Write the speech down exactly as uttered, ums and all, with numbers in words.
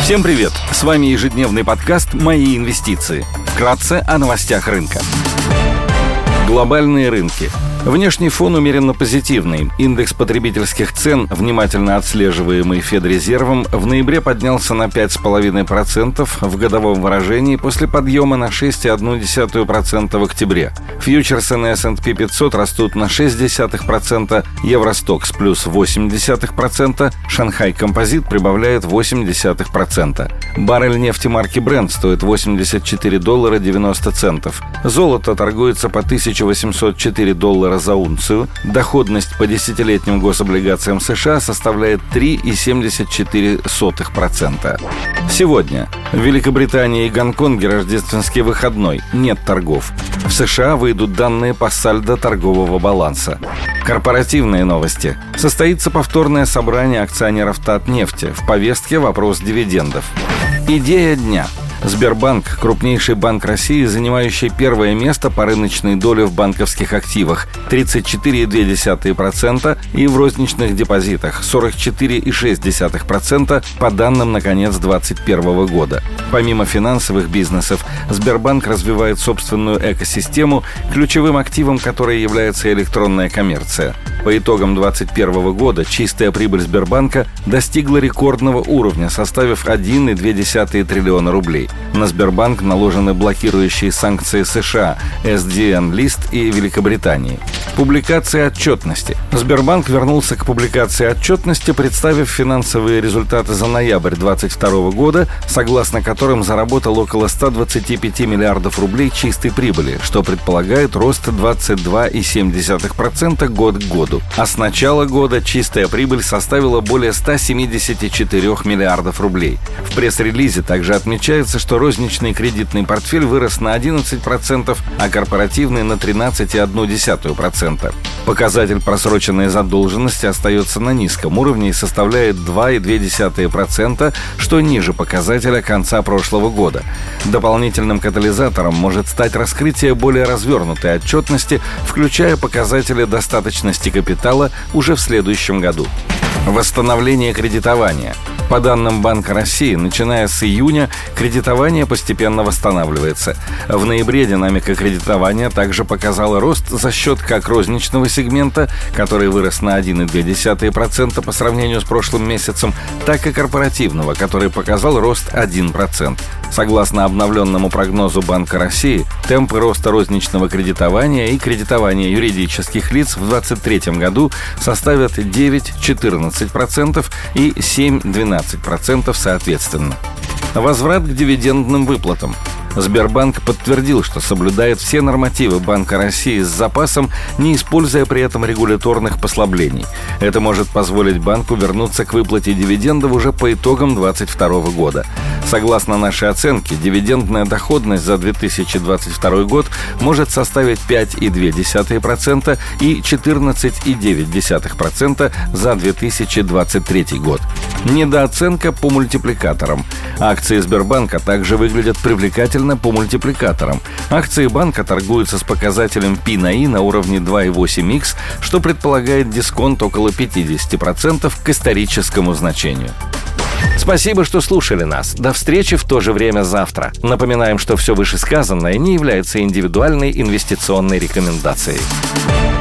Всем привет! С вами ежедневный подкаст «Мои инвестиции». Вкратце о новостях рынка. Глобальные рынки. Внешний фон умеренно позитивный. Индекс потребительских цен, внимательно отслеживаемый Федрезервом, в ноябре поднялся на пять целых пять десятых процента в годовом выражении после подъема на шесть целых одна десятая процента в октябре. Фьючерсы на эс энд пи пятьсот растут на шесть целых шесть десятых процента, Евростокс плюс восемь целых восемь десятых процента, Шанхай Композит прибавляет восемь целых десять десятых процента. Баррель нефти марки Brent стоит восемьдесят четыре доллара девяносто центов. Золото торгуется по тысяча восемьсот четыре доллара за унцию. Доходность по десятилетним гособлигациям США составляет три целых семьдесят четыре сотых процента. Сегодня в Великобритании и Гонконге рождественский выходной. Нет торгов. В США выйдут данные по сальдо торгового баланса. Корпоративные новости. Состоится повторное собрание акционеров Татнефти. В повестке вопрос дивидендов. Идея дня. Сбербанк – крупнейший банк России, занимающий первое место по рыночной доле в банковских активах – тридцать четыре целых две десятых процента и в розничных депозитах – сорок четыре целых шесть десятых процента по данным на конец две тысячи двадцать первого года. Помимо финансовых бизнесов, Сбербанк развивает собственную экосистему, ключевым активом которой является электронная коммерция. По итогам две тысячи двадцать первого года чистая прибыль Сбербанка достигла рекордного уровня, составив один целых две десятых триллиона рублей. На Сбербанк наложены блокирующие санкции США, эс ди эн-лист и Великобритании. Публикация отчетности. Сбербанк вернулся к публикации отчетности, представив финансовые результаты за ноябрь две тысячи двадцать второго года, согласно которым заработал около ста двадцати пяти миллиардов рублей чистой прибыли, что предполагает рост двадцать два целых семь десятых процента год к году. А с начала года чистая прибыль составила более ста семидесяти четырёх миллиардов рублей. В пресс-релизе также отмечается, что розничный кредитный портфель вырос на одиннадцать процентов, а корпоративный на тринадцать целых одну десятую процента. Показатель просроченной задолженности остается на низком уровне и составляет два целых две десятых процента, что ниже показателя конца прошлого года. Дополнительным катализатором может стать раскрытие более развернутой отчетности, включая показатели достаточности капитала уже в следующем году. Восстановление кредитования. По данным Банка России, начиная с июня, кредитование постепенно восстанавливается. В ноябре динамика кредитования также показала рост за счет как розничного сегмента, который вырос на один целых две десятых процента по сравнению с прошлым месяцем, так и корпоративного, который показал рост один процент. Согласно обновленному прогнозу Банка России, темпы роста розничного кредитования и кредитования юридических лиц в две тысячи двадцать третьем году составят девять целых четырнадцать сотых процента и семь целых двенадцать сотых процента соответственно. Возврат к дивидендным выплатам. Сбербанк подтвердил, что соблюдает все нормативы Банка России с запасом, не используя при этом регуляторных послаблений. Это может позволить банку вернуться к выплате дивидендов уже по итогам две тысячи двадцать второго года. Согласно нашей оценке, дивидендная доходность за две тысячи двадцать второй год может составить пять целых две десятых процента и четырнадцать целых девять десятых процента за две тысячи двадцать третий год. Недооценка по мультипликаторам. Акции Сбербанка также выглядят привлекательно по мультипликаторам. Акции банка торгуются с показателем пи на и на уровне два целых восемь икс, что предполагает дисконт около пятьдесят процентов к историческому значению. Спасибо, что слушали нас. До встречи в то же время завтра. Напоминаем, что все вышесказанное не является индивидуальной инвестиционной рекомендацией.